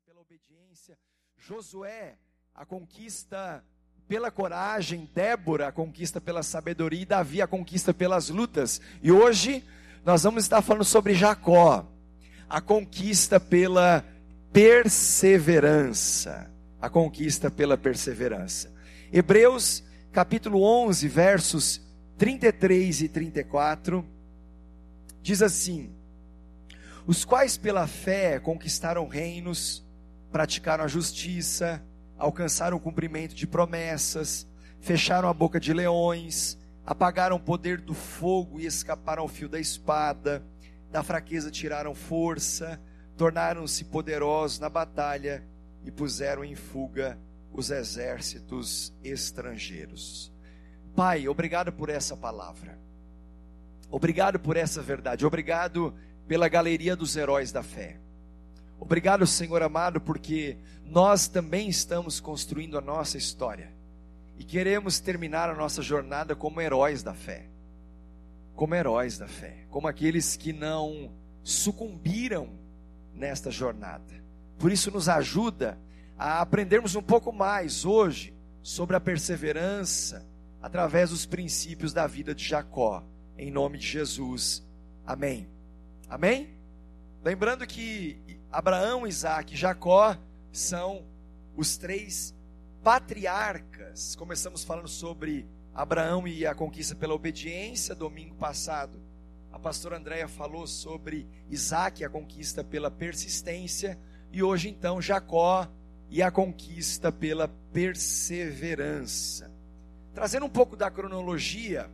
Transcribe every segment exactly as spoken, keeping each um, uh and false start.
pela obediência, Josué, a conquista pela coragem, Débora, a conquista pela sabedoria, e Davi, a conquista pelas lutas. E hoje nós vamos estar falando sobre Jacó, a conquista pela perseverança, a conquista pela perseverança. Hebreus capítulo onze, versos trinta e três e trinta e quatro, diz assim: os quais pela fé conquistaram reinos, praticaram a justiça, alcançaram o cumprimento de promessas, fecharam a boca de leões, apagaram o poder do fogo e escaparam ao fio da espada, da fraqueza tiraram força, tornaram-se poderosos na batalha e puseram em fuga os exércitos estrangeiros. Pai, obrigado por essa palavra, obrigado por essa verdade, obrigado pela galeria dos heróis da fé. Obrigado, Senhor amado, porque nós também estamos construindo a nossa história e queremos terminar a nossa jornada como heróis da fé, como heróis da fé, como aqueles que não sucumbiram nesta jornada. Por isso nos ajuda a aprendermos um pouco mais hoje sobre a perseverança através dos princípios da vida de Jacó, em nome de Jesus, amém. Amém? Lembrando que Abraão, Isaque e Jacó são os três patriarcas. Começamos falando sobre Abraão e a conquista pela obediência. Domingo passado a pastora Andréia falou sobre Isaque e a conquista pela persistência. E hoje então Jacó e a conquista pela perseverança. Trazendo um pouco da cronologia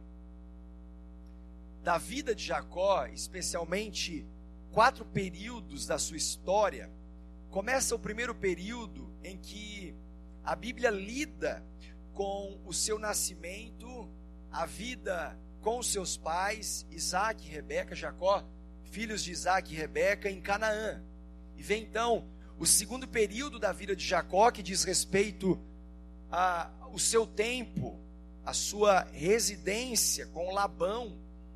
da vida de Jacó, especialmente quatro períodos da sua história. Começa o primeiro período em que a Bíblia lida com o seu nascimento, a vida com os seus pais, Isaque e Rebeca, Jacó, filhos de Isaque e Rebeca, em Canaã. E vem então o segundo período da vida de Jacó, que diz respeito ao seu tempo, a sua residência com Labão,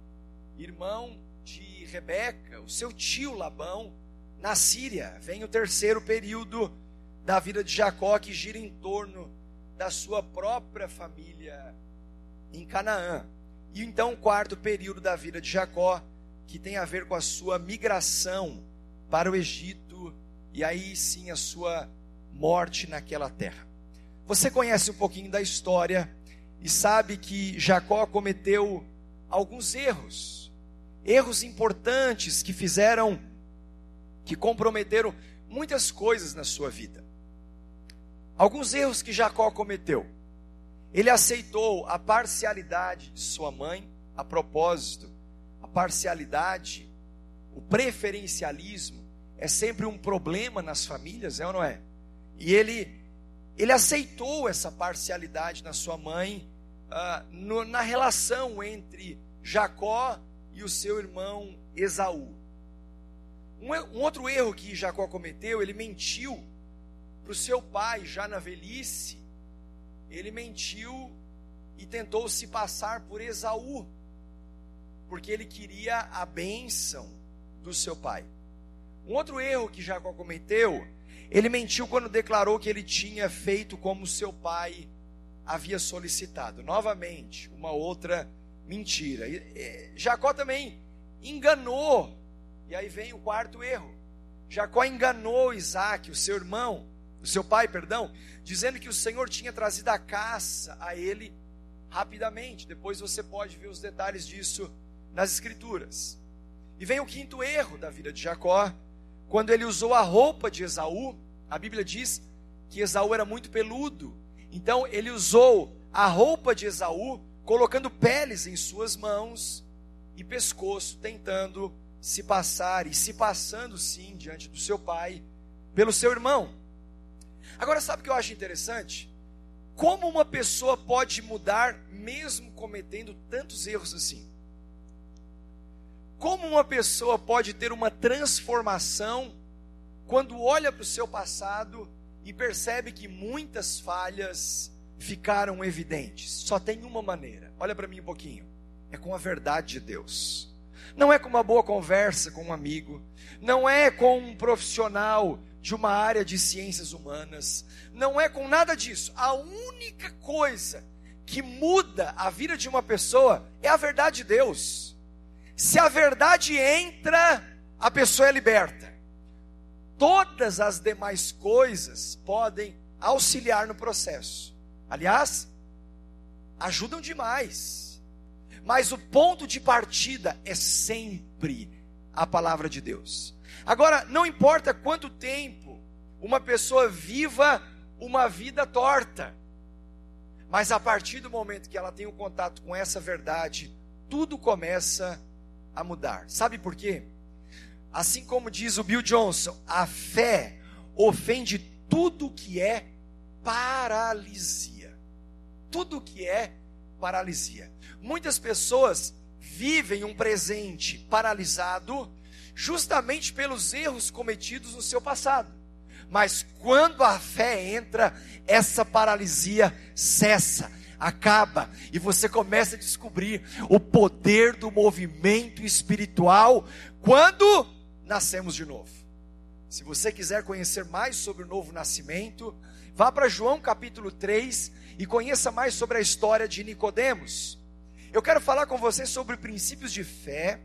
irmão de Rebeca, o seu tio Labão, na Síria. Vem o terceiro período da vida de Jacó, que gira em torno da sua própria família em Canaã. E então o quarto período da vida de Jacó, que tem a ver com a sua migração para o Egito, e aí sim a sua morte naquela terra. Você conhece um pouquinho da história e sabe que Jacó cometeu alguns erros, erros importantes que fizeram, que comprometeram muitas coisas na sua vida. Alguns erros que Jacó cometeu: ele aceitou a parcialidade de sua mãe. A propósito, a parcialidade, o preferencialismo é sempre um problema nas famílias, é ou não é? E ele, ele aceitou essa parcialidade na sua mãe, ah, no, na relação entre Jacó e o seu irmão Esaú. Um, um outro erro que Jacó cometeu: ele mentiu para o seu pai já na velhice. Ele mentiu e tentou se passar por Esaú, porque ele queria a bênção do seu pai. Um outro erro que Jacó cometeu: ele mentiu quando declarou que ele tinha feito como seu pai havia solicitado. Novamente, uma outra mentira. Jacó também enganou, e aí vem o quarto erro. Jacó enganou Isaque, o seu irmão, o seu pai, perdão, dizendo que o Senhor tinha trazido a caça a ele rapidamente. Depois você pode ver os detalhes disso nas escrituras. E vem o quinto erro da vida de Jacó, quando ele usou a roupa de Esaú. A Bíblia diz que Esaú era muito peludo, então ele usou a roupa de Esaú, colocando peles em suas mãos e pescoço, tentando se passar, e se passando sim, diante do seu pai, pelo seu irmão. Agora, sabe o que eu acho interessante? Como uma pessoa pode mudar mesmo cometendo tantos erros assim? Como uma pessoa pode ter uma transformação quando olha para o seu passado e percebe que muitas falhas ficaram evidentes? Só tem uma maneira. Olha para mim um pouquinho. É com a verdade de Deus. Não é com uma boa conversa com um amigo. Não é com um profissional de uma área de ciências humanas, não é com nada disso. A única coisa que muda a vida de uma pessoa é a verdade de Deus. Se a verdade entra, a pessoa é liberta. Todas as demais coisas podem auxiliar no processo. Aliás, ajudam demais. Mas o ponto de partida é sempre a palavra de Deus. Agora, não importa quanto tempo uma pessoa viva uma vida torta, mas a partir do momento que ela tem um contato com essa verdade, tudo começa a mudar. Sabe por quê? Assim como diz o Bill Johnson, a fé ofende tudo que é paralisia. Tudo que é paralisia. Muitas pessoas vivem um presente paralisado justamente pelos erros cometidos no seu passado. Mas quando a fé entra, essa paralisia cessa, acaba, e você começa a descobrir o poder do movimento espiritual quando nascemos de novo. Se você quiser conhecer mais sobre o novo nascimento, vá para João capítulo três e conheça mais sobre a história de Nicodemos. Eu quero falar com você sobre princípios de fé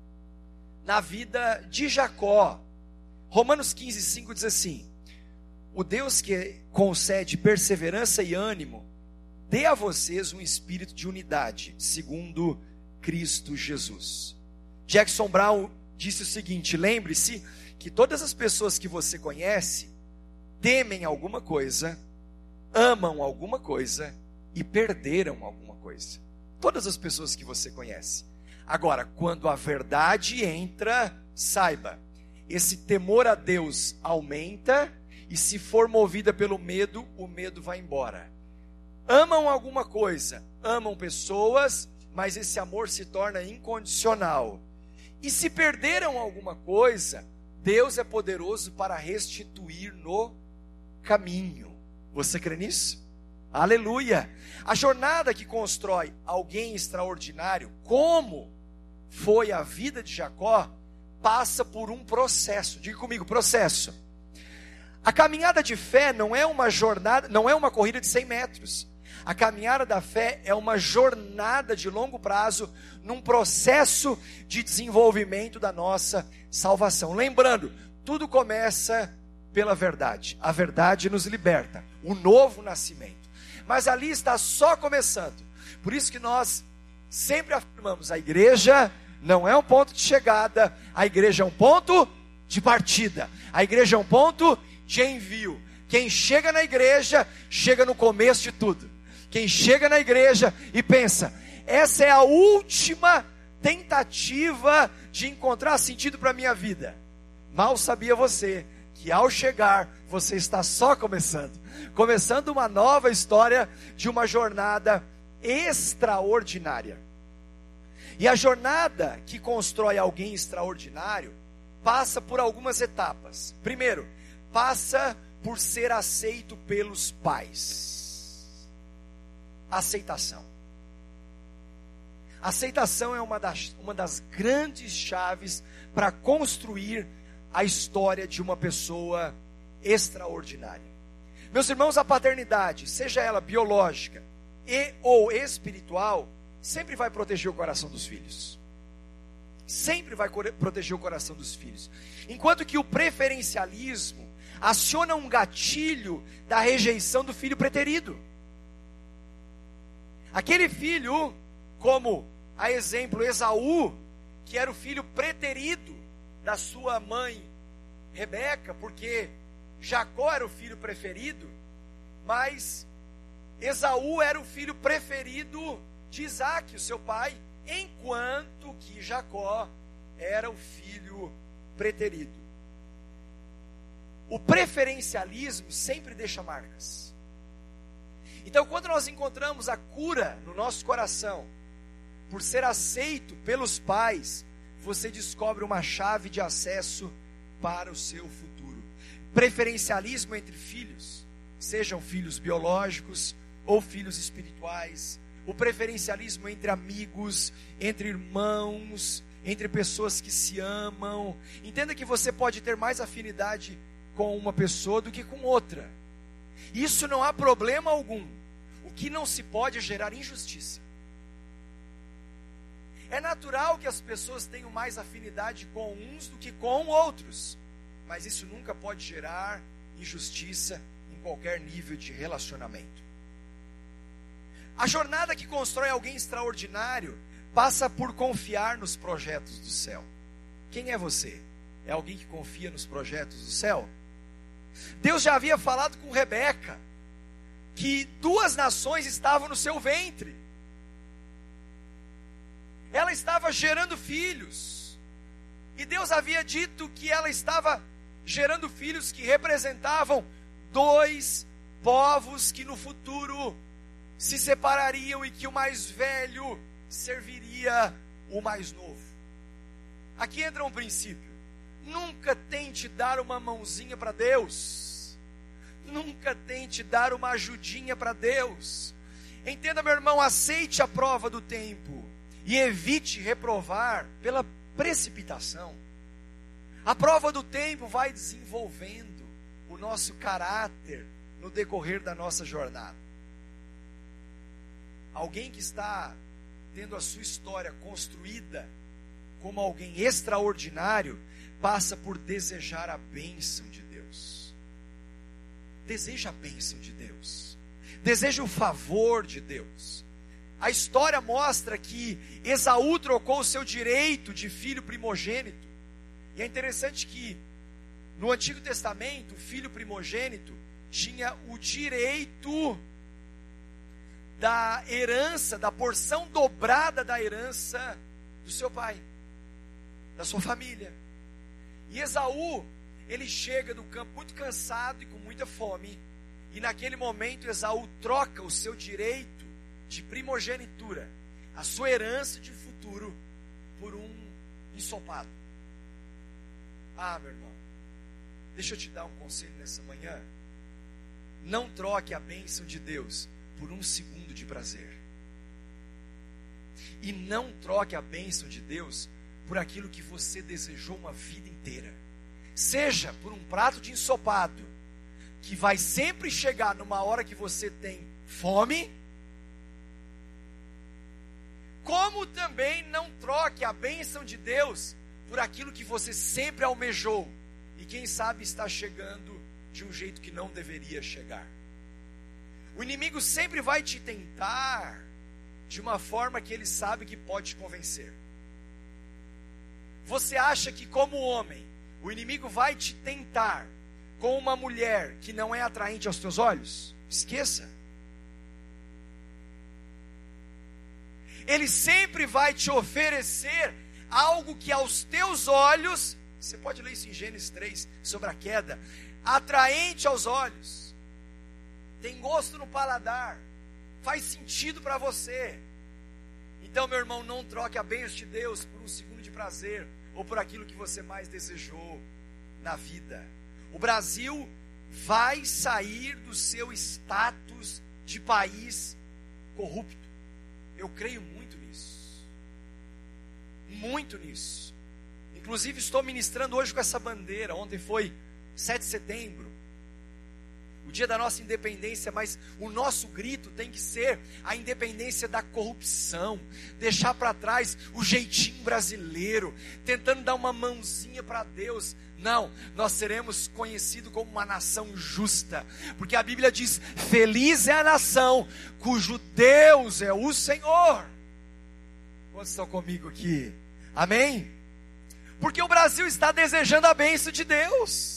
na vida de Jacó. Romanos quinze, cinco diz assim: o Deus que concede perseverança e ânimo, dê a vocês um espírito de unidade, segundo Cristo Jesus. Jackson Brown disse o seguinte: lembre-se que todas as pessoas que você conhece temem alguma coisa, amam alguma coisa e perderam alguma coisa. Todas as pessoas que você conhece. Agora, quando a verdade entra, saiba, esse temor a Deus aumenta, e se for movida pelo medo, o medo vai embora. Amam alguma coisa, amam pessoas, mas esse amor se torna incondicional. E se perderam alguma coisa, Deus é poderoso para restituir no caminho. Você crê nisso? Aleluia! A jornada que constrói alguém extraordinário, como foi a vida de Jacó, passa por um processo. Diga comigo, processo. A caminhada de fé não é uma jornada, não é uma corrida de cem metros. A caminhada da fé é uma jornada de longo prazo, num processo de desenvolvimento da nossa salvação. Lembrando, tudo começa pela verdade. A verdade nos liberta, o novo nascimento. Mas ali está só começando. Por isso que nós sempre afirmamos, a igreja não é um ponto de chegada, a igreja é um ponto de partida. A igreja é um ponto de envio. Quem chega na igreja, chega no começo de tudo. Quem chega na igreja e pensa, essa é a última tentativa de encontrar sentido para a minha vida. Mal sabia você que ao chegar, você está só começando. Começando uma nova história de uma jornada extraordinária. E a jornada que constrói alguém extraordinário passa por algumas etapas. Primeiro, passa por ser aceito pelos pais. Aceitação. Aceitação é uma das, uma das grandes chaves para construir a história de uma pessoa extraordinária. Meus irmãos, a paternidade, seja ela biológica e ou espiritual, sempre vai proteger o coração dos filhos. Sempre vai proteger o coração dos filhos. Enquanto que o preferencialismo aciona um gatilho da rejeição do filho preterido. Aquele filho, como a exemplo Esaú, que era o filho preterido da sua mãe Rebeca, porque Jacó era o filho preferido, mas Esaú era o filho preferido de Isaac, o seu pai, enquanto que Jacó era o filho preterido. O preferencialismo sempre deixa marcas. Então, quando nós encontramos a cura no nosso coração, por ser aceito pelos pais, você descobre uma chave de acesso para o seu futuro. Preferencialismo entre filhos, sejam filhos biológicos ou filhos espirituais. O preferencialismo entre amigos, entre irmãos, entre pessoas que se amam. Entenda que você pode ter mais afinidade com uma pessoa do que com outra. Isso não há problema algum. O que não se pode é gerar injustiça. É natural que as pessoas tenham mais afinidade com uns do que com outros, mas isso nunca pode gerar injustiça em qualquer nível de relacionamento. A jornada que constrói alguém extraordinário passa por confiar nos projetos do céu. Quem é você? É alguém que confia nos projetos do céu? Deus já havia falado com Rebeca que duas nações estavam no seu ventre. Ela estava gerando filhos, e Deus havia dito que ela estava gerando filhos que representavam dois povos que no futuro se separariam e que o mais velho serviria o mais novo. Aqui entra um princípio: nunca tente dar uma mãozinha para Deus, nunca tente dar uma ajudinha para Deus. Entenda, meu irmão, aceite a prova do tempo e evite reprovar pela precipitação. A prova do tempo vai desenvolvendo o nosso caráter no decorrer da nossa jornada. Alguém que está tendo a sua história construída como alguém extraordinário, passa por desejar a bênção de Deus. Deseja a bênção de Deus. Deseja o favor de Deus. A história mostra que Esaú trocou o seu direito de filho primogênito. E é interessante que no Antigo Testamento, o filho primogênito tinha o direito da herança, da porção dobrada da herança do seu pai, da sua família. E Esaú, ele chega do campo muito cansado e com muita fome, e naquele momento Esaú troca o seu direito de primogenitura, a sua herança de futuro, por um ensopado. Ah, meu irmão, deixa eu te dar um conselho nessa manhã: não troque a bênção de Deus por um segundo de prazer, e não troque a bênção de Deus por aquilo que você desejou uma vida inteira, seja por um prato de ensopado, que vai sempre chegar numa hora que você tem fome, como também não troque a bênção de Deus por aquilo que você sempre almejou, e quem sabe está chegando de um jeito que não deveria chegar. O inimigo sempre vai te tentar de uma forma que ele sabe que pode te convencer. Você acha que, como homem, o inimigo vai te tentar com uma mulher que não é atraente aos teus olhos? Esqueça. Ele sempre vai te oferecer algo que aos teus olhos, você pode ler isso em Gênesis três, sobre a queda, atraente aos olhos, tem gosto no paladar, faz sentido para você. Então, meu irmão, não troque a bênção de Deus por um segundo de prazer, ou por aquilo que você mais desejou na vida. O Brasil vai sair do seu status de país corrupto. Eu creio muito nisso. Muito nisso. Inclusive estou ministrando hoje com essa bandeira. Ontem foi sete de setembro, o dia da nossa independência, mas o nosso grito tem que ser a independência da corrupção, deixar para trás o jeitinho brasileiro, tentando dar uma mãozinha para Deus. Não, nós seremos conhecidos como uma nação justa, porque a Bíblia diz: feliz é a nação cujo Deus é o Senhor. Quantos estão comigo aqui? Amém? Porque o Brasil está desejando a bênção de Deus.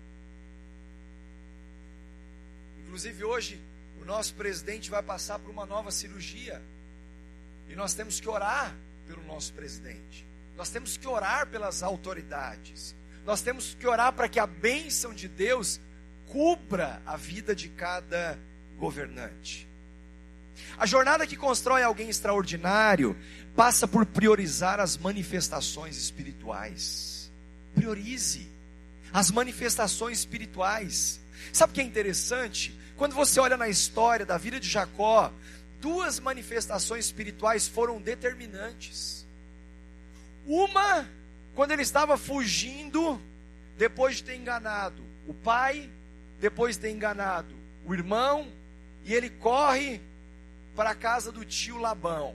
Inclusive hoje, o nosso presidente vai passar por uma nova cirurgia, e nós temos que orar pelo nosso presidente, nós temos que orar pelas autoridades, nós temos que orar para que a bênção de Deus cubra a vida de cada governante. A jornada que constrói alguém extraordinário passa por priorizar as manifestações espirituais. Priorize as manifestações espirituais. Sabe o que é interessante? Quando você olha na história da vida de Jacó, duas manifestações espirituais foram determinantes. Uma, quando ele estava fugindo, depois de ter enganado o pai, depois de ter enganado o irmão, e ele corre para a casa do tio Labão.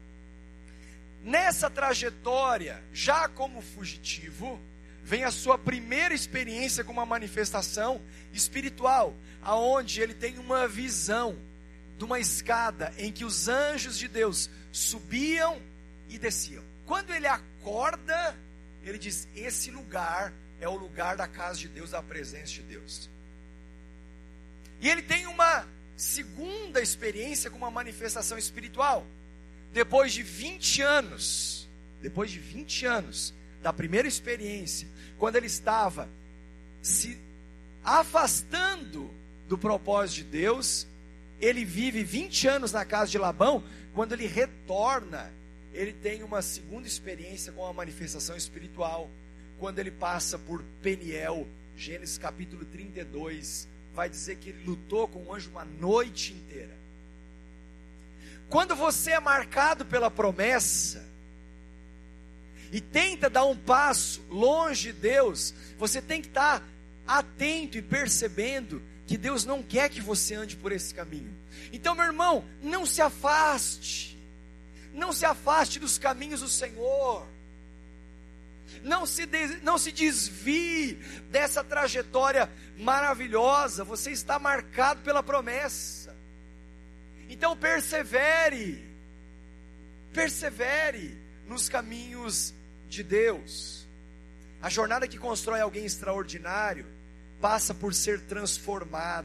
Nessa trajetória, já como fugitivo, vem a sua primeira experiência com uma manifestação espiritual, aonde ele tem uma visão de uma escada em que os anjos de Deus subiam e desciam. Quando ele acorda, ele diz: esse lugar é o lugar da casa de Deus, da presença de Deus. E ele tem uma segunda experiência com uma manifestação espiritual. Depois de vinte anos, depois de vinte anos da primeira experiência, quando ele estava se afastando do propósito de Deus, ele vive vinte anos na casa de Labão. Quando ele retorna, ele tem uma segunda experiência com a manifestação espiritual, quando ele passa por Peniel. Gênesis capítulo trinta e dois, vai dizer que ele lutou com o anjo uma noite inteira. Quando você é marcado pela promessa, e tenta dar um passo longe de Deus, você tem que estar atento e percebendo que Deus não quer que você ande por esse caminho. Então, meu irmão, não se afaste, não se afaste dos caminhos do Senhor, não se, des, não se desvie dessa trajetória maravilhosa. Você está marcado pela promessa. Então persevere, persevere nos caminhos de Deus. A jornada que constrói alguém extraordinário passa por ser transformado.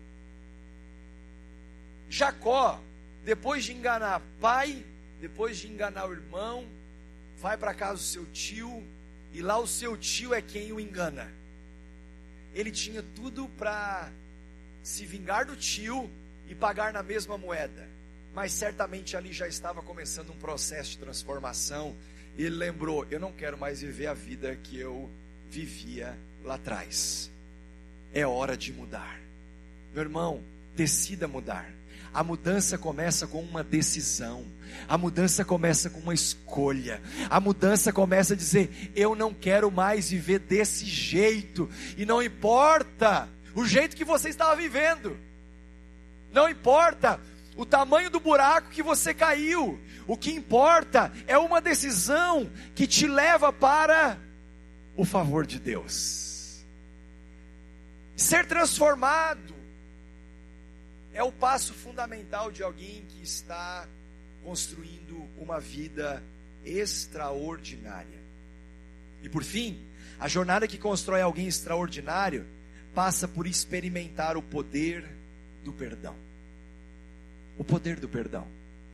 Jacó, depois de enganar pai, depois de enganar o irmão, vai para a casa do seu tio, e lá o seu tio é quem o engana. Ele tinha tudo para se vingar do tio e pagar na mesma moeda, mas certamente ali já estava começando um processo de transformação. E ele lembrou: eu não quero mais viver a vida que eu vivia lá atrás, é hora de mudar. Meu irmão, decida mudar. A mudança começa com uma decisão, a mudança começa com uma escolha, a mudança começa a dizer: eu não quero mais viver desse jeito, e não importa o jeito que você estava vivendo, não importa o tamanho do buraco que você caiu, o que importa é uma decisão que te leva para o favor de Deus. Ser transformado é o passo fundamental de alguém que está construindo uma vida extraordinária. E por fim, a jornada que constrói alguém extraordinário passa por experimentar o poder do perdão. O poder do perdão.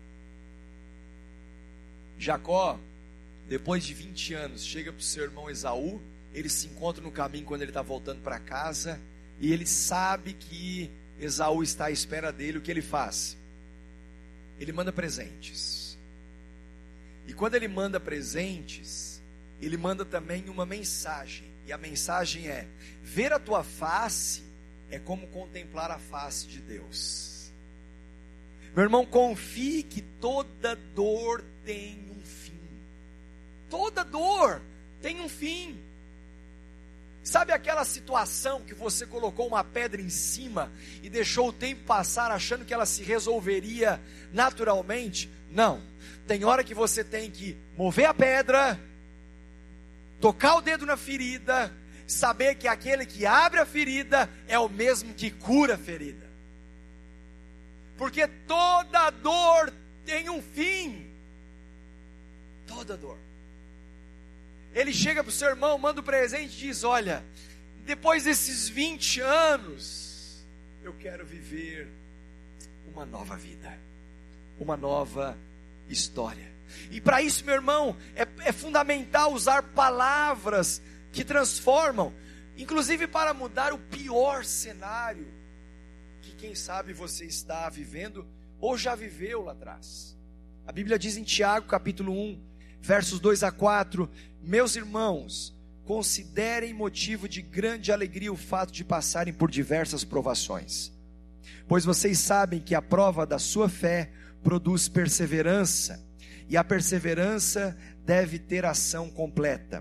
Jacó, depois de vinte anos, chega para o seu irmão Esaú. Eles se encontram no caminho quando ele está voltando para casa, e ele sabe que Esaú está à espera dele. O que ele faz? Ele manda presentes. E quando ele manda presentes, ele manda também uma mensagem. E a mensagem é: ver a tua face é como contemplar a face de Deus. Meu irmão, confie que toda dor tem um fim. Toda dor tem um fim. Sabe aquela situação que você colocou uma pedra em cima e deixou o tempo passar achando que ela se resolveria naturalmente? Não. Tem hora que você tem que mover a pedra, tocar o dedo na ferida, saber que aquele que abre a ferida é o mesmo que cura a ferida. Porque toda dor tem um fim. Toda dor. Ele chega para o seu irmão, manda um presente e diz: olha, depois desses vinte anos, eu quero viver uma nova vida, uma nova história. E para isso, meu irmão, é, é fundamental usar palavras que transformam, inclusive para mudar o pior cenário que quem sabe você está vivendo ou já viveu lá atrás. A Bíblia diz em Tiago capítulo um, versos dois a quatro: meus irmãos, considerem motivo de grande alegria o fato de passarem por diversas provações, pois vocês sabem que a prova da sua fé produz perseverança, e a perseverança deve ter ação completa.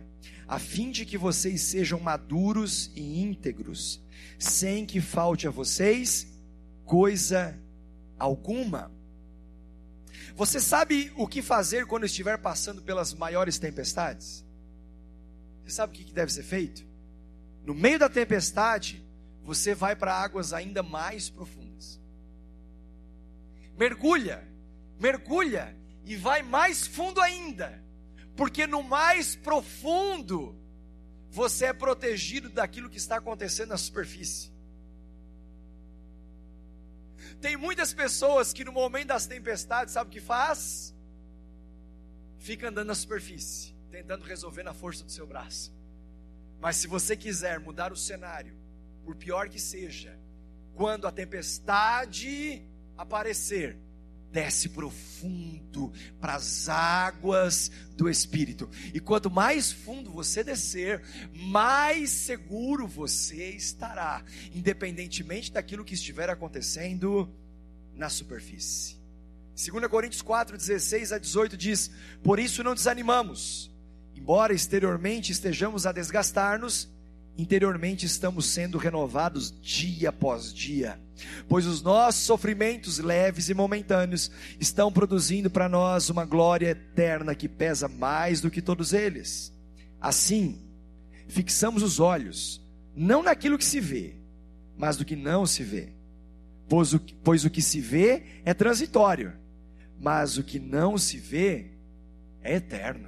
a fim de que vocês sejam maduros e íntegros, sem que falte a vocês coisa alguma. Você sabe o que fazer quando estiver passando pelas maiores tempestades? Você sabe o que deve ser feito? No meio da tempestade, você vai para águas ainda mais profundas. Mergulha, mergulha e vai mais fundo ainda, porque no mais profundo, você é protegido daquilo que está acontecendo na superfície. Tem muitas pessoas que no momento das tempestades, sabe o que faz? Fica andando na superfície, tentando resolver na força do seu braço. Mas se você quiser mudar o cenário, por pior que seja, quando a tempestade aparecer, desce profundo para as águas do Espírito. E quanto mais fundo você descer, mais seguro você estará, independentemente daquilo que estiver acontecendo na superfície. Segunda Coríntios quatro, dezesseis a dezoito diz: por isso não desanimamos, embora exteriormente estejamos a desgastar-nos, interiormente estamos sendo renovados dia após dia, pois os nossos sofrimentos leves e momentâneos estão produzindo para nós uma glória eterna que pesa mais do que todos eles. Assim, fixamos os olhos, não naquilo que se vê, mas do que não se vê, pois o, pois o que se vê é transitório, mas o que não se vê é eterno,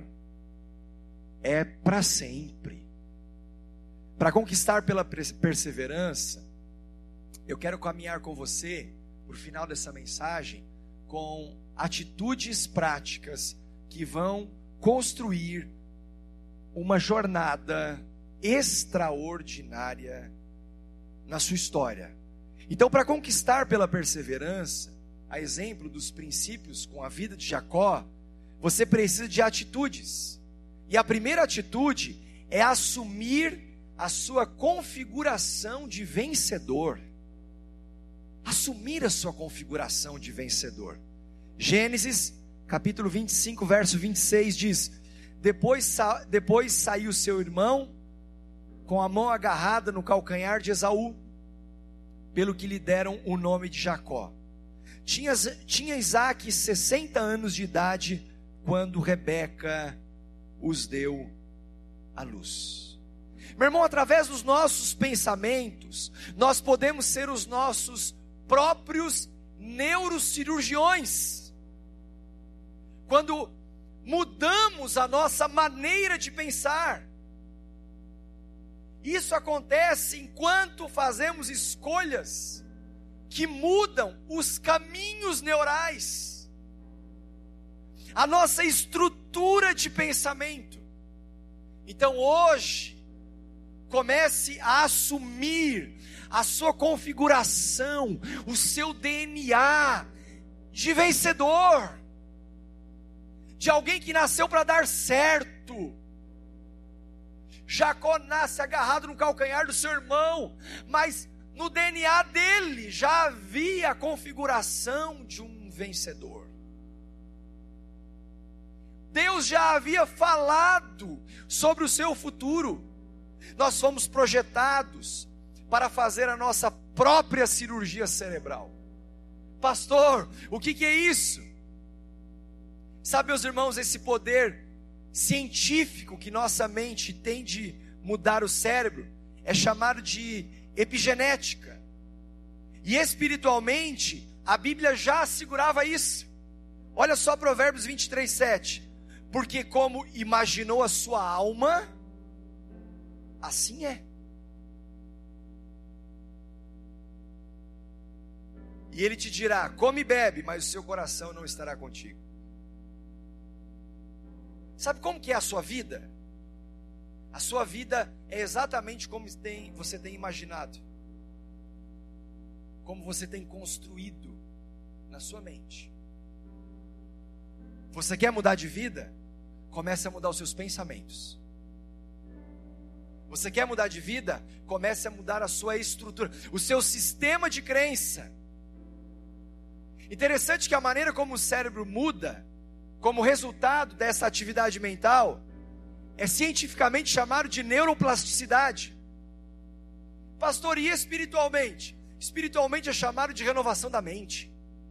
é para sempre. Para conquistar pela perseverança, eu quero caminhar com você, por final dessa mensagem, com atitudes práticas que vão construir uma jornada extraordinária na sua história. Então, para conquistar pela perseverança, a exemplo dos princípios com a vida de Jacó, você precisa de atitudes. E a primeira atitude é assumir a sua configuração de vencedor. Assumir a sua configuração de vencedor. Gênesis capítulo vinte e cinco, verso vinte e seis diz: depois, sa- depois saiu seu irmão com a mão agarrada no calcanhar de Esaú, pelo que lhe deram o nome de Jacó. Tinha, tinha Isaque sessenta anos de idade quando Rebeca os deu à luz. Meu irmão, através dos nossos pensamentos, nós podemos ser os nossos próprios neurocirurgiões. Quando mudamos a nossa maneira de pensar, isso acontece enquanto fazemos escolhas que mudam os caminhos neurais, a nossa estrutura de pensamento. Então hoje, comece a assumir a sua configuração, o seu D N A de vencedor, de alguém que nasceu para dar certo. Jacó nasce agarrado no calcanhar do seu irmão, mas no D N A dele já havia a configuração de um vencedor. Deus já havia falado sobre o seu futuro. Nós fomos projetados para fazer a nossa própria cirurgia cerebral. Pastor, o que, que é isso? Sabe, meus irmãos, esse poder científico que nossa mente tem de mudar o cérebro é chamado de epigenética. E espiritualmente, a Bíblia já assegurava isso. Olha só Provérbios vinte e três, sete. Porque como imaginou a sua alma, assim é. E ele te dirá: come e bebe, mas o seu coração não estará contigo. Sabe como que é a sua vida? A sua vida é exatamente como tem, você tem imaginado, como você tem construído na sua mente. Você quer mudar de vida? Comece a mudar os seus pensamentos. Você quer mudar de vida? Comece a mudar a sua estrutura, o seu sistema de crença. Interessante que a maneira como o cérebro muda, como resultado dessa atividade mental, é cientificamente chamado de neuroplasticidade. Pastor, e espiritualmente? Espiritualmente é chamado de renovação da mente.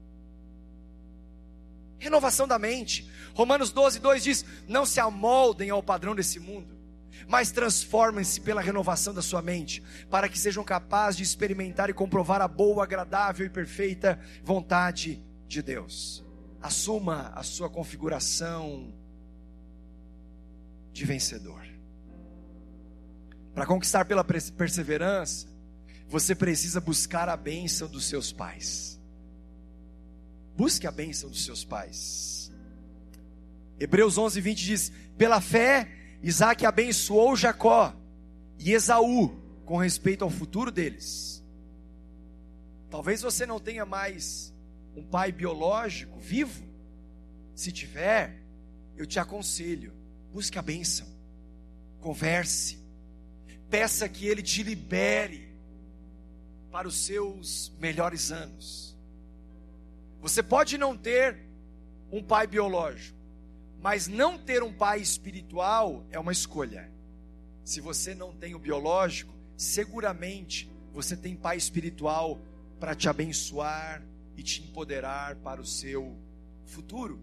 Renovação da mente. Romanos doze, dois diz: não se amoldem ao padrão desse mundo, mas transformem-se pela renovação da sua mente, para que sejam capazes de experimentar e comprovar a boa, agradável e perfeita vontade de Deus. Assuma a sua configuração de vencedor. Para conquistar pela perseverança, você precisa buscar a bênção dos seus pais. Busque a bênção dos seus pais. Hebreus onze, vinte diz: pela fé, Isaac abençoou Jacó e Esaú com respeito ao futuro deles. Talvez você não tenha mais um pai biológico vivo. Se tiver, eu te aconselho: busque a bênção, converse, peça que ele te libere para os seus melhores anos. Você pode não ter um pai biológico, mas não ter um pai espiritual é uma escolha. Se você não tem o biológico, seguramente você tem pai espiritual para te abençoar e te empoderar para o seu futuro.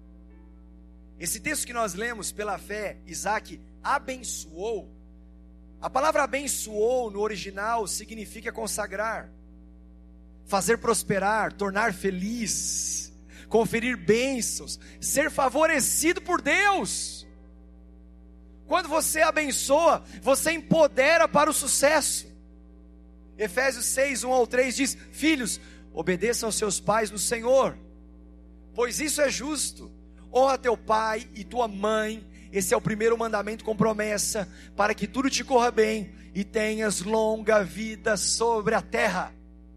Esse texto que nós lemos, pela fé, Isaac abençoou. A palavra abençoou no original significa consagrar, fazer prosperar, tornar feliz, conferir bênçãos, ser favorecido por Deus. Quando você abençoa, você empodera para o sucesso. Efésios seis, um ao três diz: filhos, obedeçam aos seus pais no Senhor, pois isso é justo. Honra teu pai e tua mãe. Esse é o primeiro mandamento com promessa, para que tudo te corra bem e tenhas longa vida sobre a terra.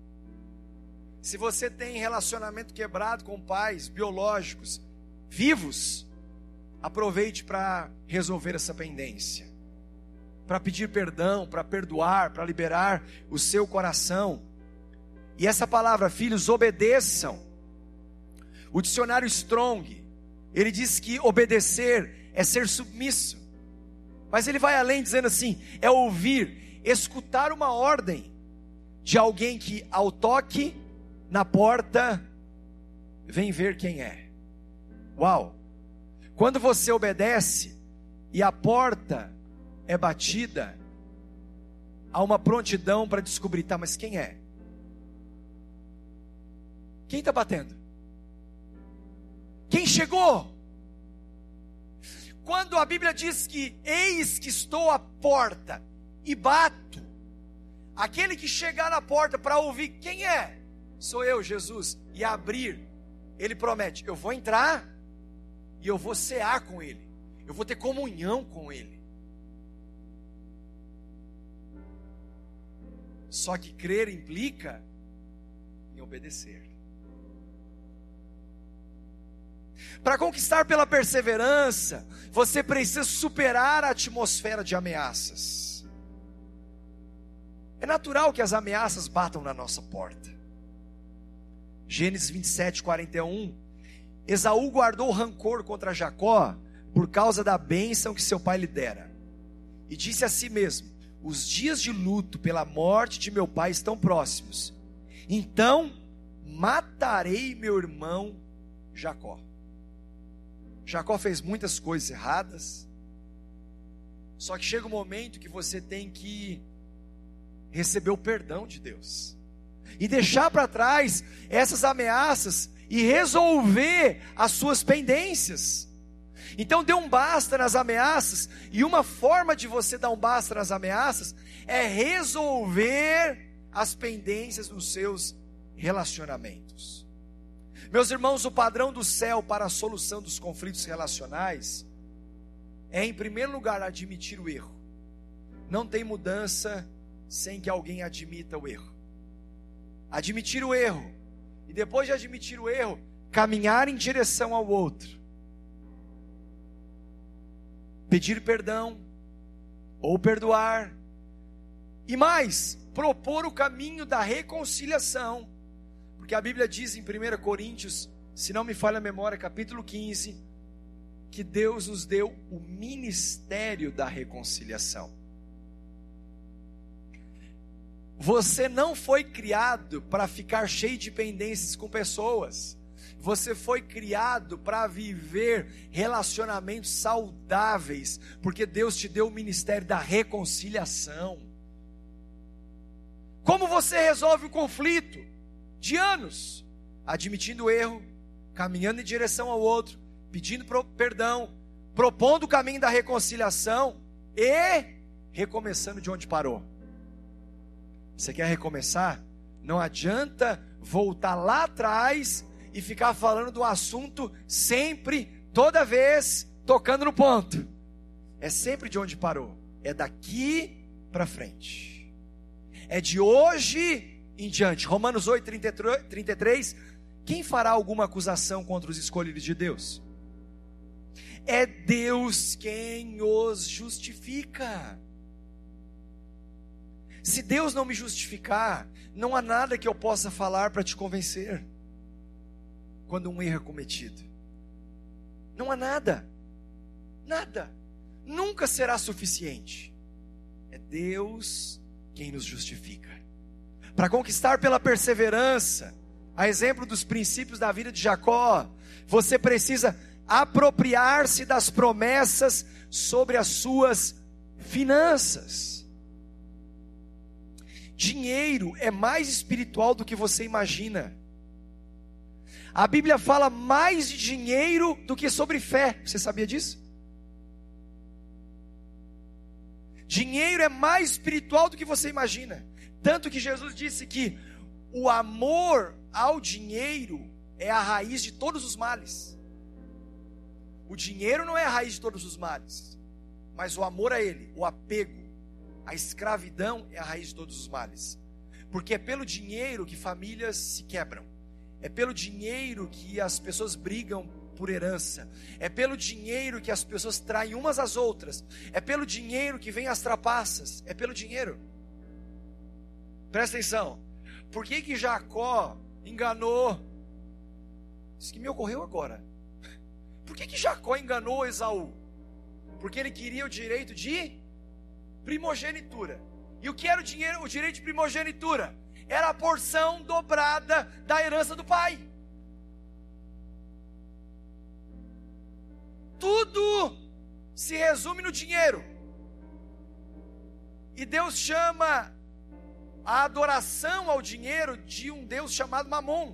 Se você tem relacionamento quebrado com pais biológicos vivos, aproveite para resolver essa pendência, para pedir perdão, para perdoar, para liberar o seu coração. E essa palavra, filhos, obedeçam. O dicionário Strong, ele diz que obedecer é ser submisso, mas ele vai além, dizendo assim: é ouvir, escutar uma ordem de alguém que, ao toque na porta, vem ver quem é. Uau! Quando você obedece e a porta é batida, há uma prontidão para descobrir: tá, mas quem é? Quem está batendo? Quem chegou? Quando a Bíblia diz que eis que estou à porta e bato, aquele que chegar na porta para ouvir quem é, sou eu, Jesus, e abrir, ele promete: eu vou entrar e eu vou cear com ele, eu vou ter comunhão com ele. Só que crer implica em obedecer. Para conquistar pela perseverança, você precisa superar a atmosfera de ameaças. É natural que as ameaças batam na nossa porta. Gênesis vinte e sete, quarenta e um. Esaú guardou rancor contra Jacó por causa da bênção que seu pai lhe dera, e disse a si mesmo: os dias de luto pela morte de meu pai estão próximos, então matarei meu irmão Jacó. Jacó fez muitas coisas erradas, só que chega um momento que você tem que receber o perdão de Deus e deixar para trás essas ameaças e resolver as suas pendências. Então dê um basta nas ameaças, e uma forma de você dar um basta nas ameaças é resolver as pendências nos seus relacionamentos. Meus irmãos, o padrão do céu para a solução dos conflitos relacionais é, em primeiro lugar, admitir o erro. Não tem mudança sem que alguém admita o erro. Admitir o erro, e depois de admitir o erro, caminhar em direção ao outro. Pedir perdão, ou perdoar, e mais, propor o caminho da reconciliação. Porque a Bíblia diz em primeira Coríntios, se não me falha a memória, capítulo quinze, que Deus nos deu o ministério da reconciliação. Você não foi criado para ficar cheio de pendências com pessoas. Você foi criado para viver relacionamentos saudáveis, porque Deus te deu o ministério da reconciliação. Como você resolve o conflito de anos? Admitindo o erro, caminhando em direção ao outro, pedindo perdão, propondo o caminho da reconciliação e recomeçando de onde parou. Você quer recomeçar? Não adianta voltar lá atrás e ficar falando do assunto sempre, toda vez, tocando no ponto. É sempre de onde parou. É daqui para frente. É de hoje em diante. Romanos oito, trinta e três. Quem fará alguma acusação contra os escolhidos de Deus? É Deus quem os justifica. Se Deus não me justificar, não há nada que eu possa falar para te convencer. Quando um erro é cometido, não há nada, nada, nunca será suficiente. É Deus quem nos justifica. Para conquistar pela perseverança, a exemplo dos princípios da vida de Jacó, você precisa apropriar-se das promessas sobre as suas finanças. Dinheiro é mais espiritual do que você imagina. A Bíblia fala mais de dinheiro do que sobre fé. Você sabia disso? Dinheiro é mais espiritual do que você imagina. Tanto que Jesus disse que o amor ao dinheiro é a raiz de todos os males. O dinheiro não é a raiz de todos os males, mas o amor a ele, o apego, a escravidão é a raiz de todos os males. Porque é pelo dinheiro que famílias se quebram. É pelo dinheiro que as pessoas brigam por herança. É pelo dinheiro que as pessoas traem umas às outras. É pelo dinheiro que vem as trapaças. É pelo dinheiro. Presta atenção. Por que que Jacó enganou? Isso que me ocorreu agora. Por que que Jacó enganou Esaú? Porque ele queria o direito de primogenitura. E o que era o, dinheiro, o direito de primogenitura? Era a porção dobrada da herança do pai. Tudo se resume no dinheiro. E Deus chama a adoração ao dinheiro de um Deus chamado Mamon.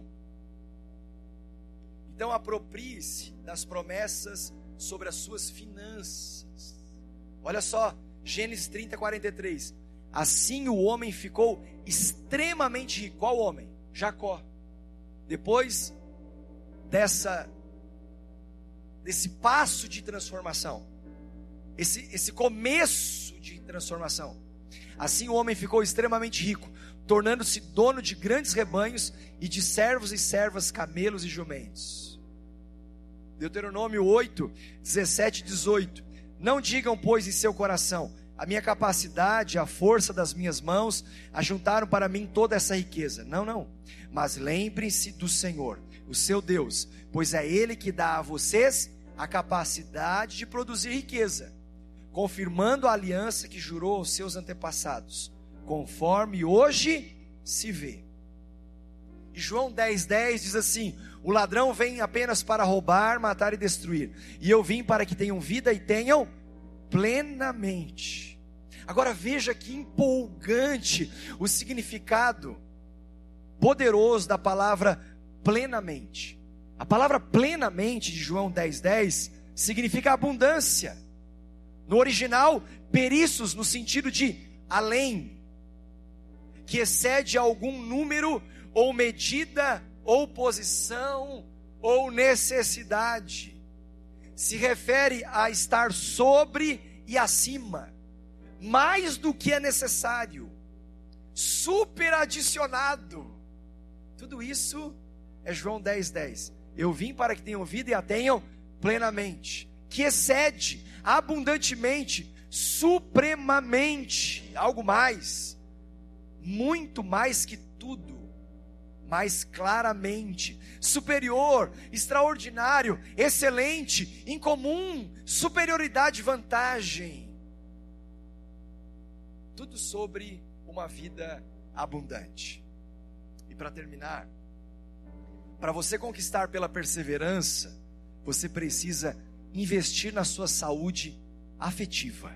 Então aproprie-se das promessas sobre as suas finanças. Olha só, Gênesis trinta, quarenta e três. Assim o homem ficou extremamente rico. Qual homem? Jacó. Depois dessa, desse passo de transformação, esse, esse começo de transformação, assim o homem ficou extremamente rico, tornando-se dono de grandes rebanhos e de servos e servas, camelos e jumentos. Deuteronômio oito, dezessete e dezoito. Não digam, pois, em seu coração: a minha capacidade, a força das minhas mãos ajuntaram para mim toda essa riqueza. Não, não. Mas lembrem-se do Senhor, o seu Deus, pois é Ele que dá a vocês a capacidade de produzir riqueza, confirmando a aliança que jurou aos seus antepassados, conforme hoje se vê. E João dez, dez diz assim: o ladrão vem apenas para roubar, matar e destruir, e eu vim para que tenham vida e tenham plenamente. Agora veja que empolgante o significado poderoso da palavra plenamente. A palavra plenamente de João dez, dez significa abundância. No original, perissos, no sentido de além, que excede algum número ou medida ou posição ou necessidade. Se refere a estar sobre e acima, mais do que é necessário, superadicionado. Tudo isso é João dez, dez. Eu vim para que tenham vida e a tenham plenamente, que excede abundantemente, supremamente, algo mais, muito mais que tudo, mais claramente, superior, extraordinário, excelente, incomum, superioridade, vantagem. Tudo sobre uma vida abundante. E para terminar, para você conquistar pela perseverança, você precisa investir na sua saúde afetiva.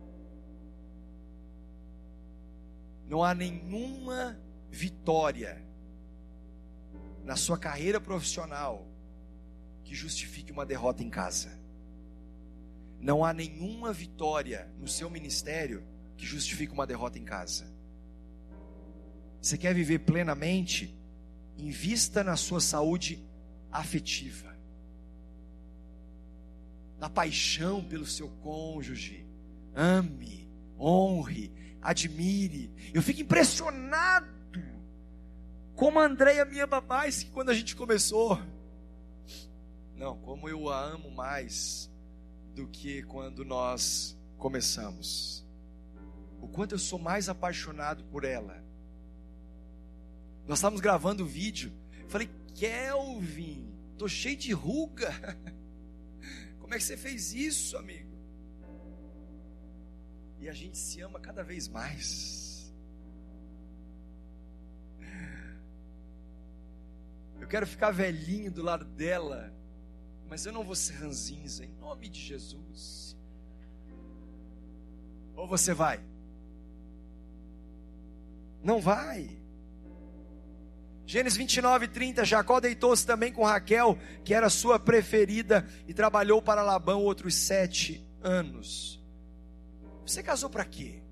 Não há nenhuma vitória na sua carreira profissional que justifique uma derrota em casa. Não há nenhuma vitória no seu ministério que justifique uma derrota em casa. Você quer viver plenamente? Invista na sua saúde afetiva, na paixão pelo seu cônjuge. Ame, honre, admire. Eu fico impressionado como a Andréia me ama mais que quando a gente começou. Não, como eu a amo mais do que quando nós começamos. O quanto eu sou mais apaixonado por ela. Nós estávamos gravando o vídeo. Falei, Kelvin, tô cheio de ruga. Como é que você fez isso, amigo? E a gente se ama cada vez mais. Eu quero ficar velhinho do lado dela, mas eu não vou ser ranzinza, em nome de Jesus. Ou você vai? Não vai. Gênesis vinte e nove, trinta, Jacó deitou-se também com Raquel, que era sua preferida, e trabalhou para Labão outros sete anos. Você casou para quê?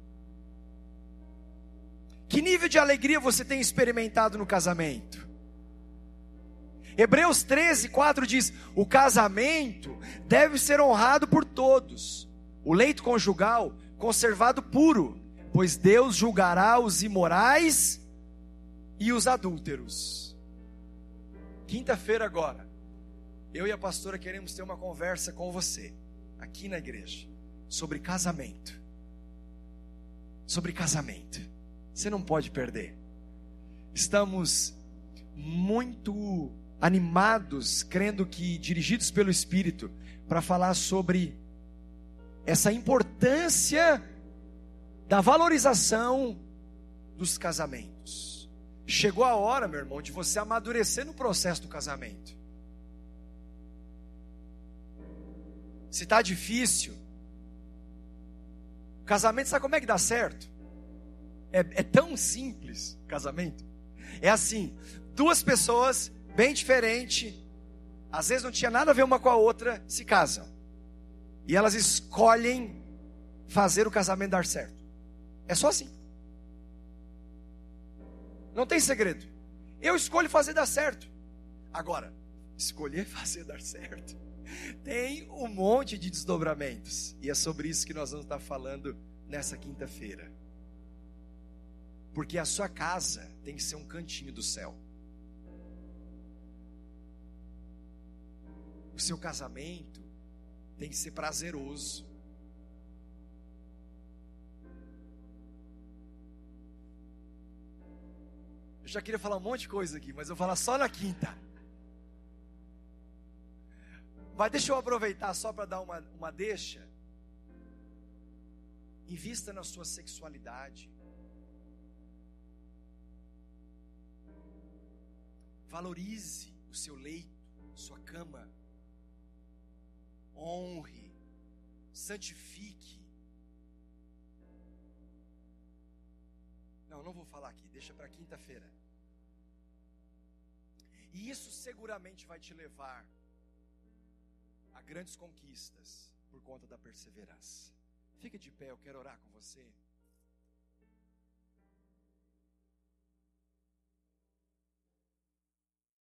Que nível de alegria você tem experimentado no casamento? Hebreus treze, quatro diz, o casamento deve ser honrado por todos, o leito conjugal conservado puro, pois Deus julgará os imorais e os adúlteros. Quinta-feira agora, eu e a pastora queremos ter uma conversa com você, aqui na igreja, sobre casamento. Sobre casamento. Você não pode perder. Estamos muito animados, crendo que dirigidos pelo Espírito, para falar sobre essa importância da valorização dos casamentos. Chegou a hora, meu irmão, de você amadurecer no processo do casamento. Se está difícil, casamento, sabe como é que dá certo? É, é tão simples, casamento. É assim, duas pessoas bem diferentes, às vezes não tinha nada a ver uma com a outra, se casam. E elas escolhem fazer o casamento dar certo. É só assim. Não tem segredo. Eu escolho fazer dar certo. Agora, escolher fazer dar certo tem um monte de desdobramentos. E é sobre isso que nós vamos estar falando nessa quinta-feira. Porque a sua casa tem que ser um cantinho do céu. O seu casamento tem que ser prazeroso. Eu já queria falar um monte de coisa aqui, mas eu vou falar só na quinta. Mas deixa eu aproveitar só para dar uma, uma deixa. Invista na sua sexualidade. Valorize o seu leito, sua cama. Honre, santifique. Não, não vou falar aqui, deixa para quinta-feira. E isso seguramente vai te levar a grandes conquistas por conta da perseverança. Fique de pé, eu quero orar com você.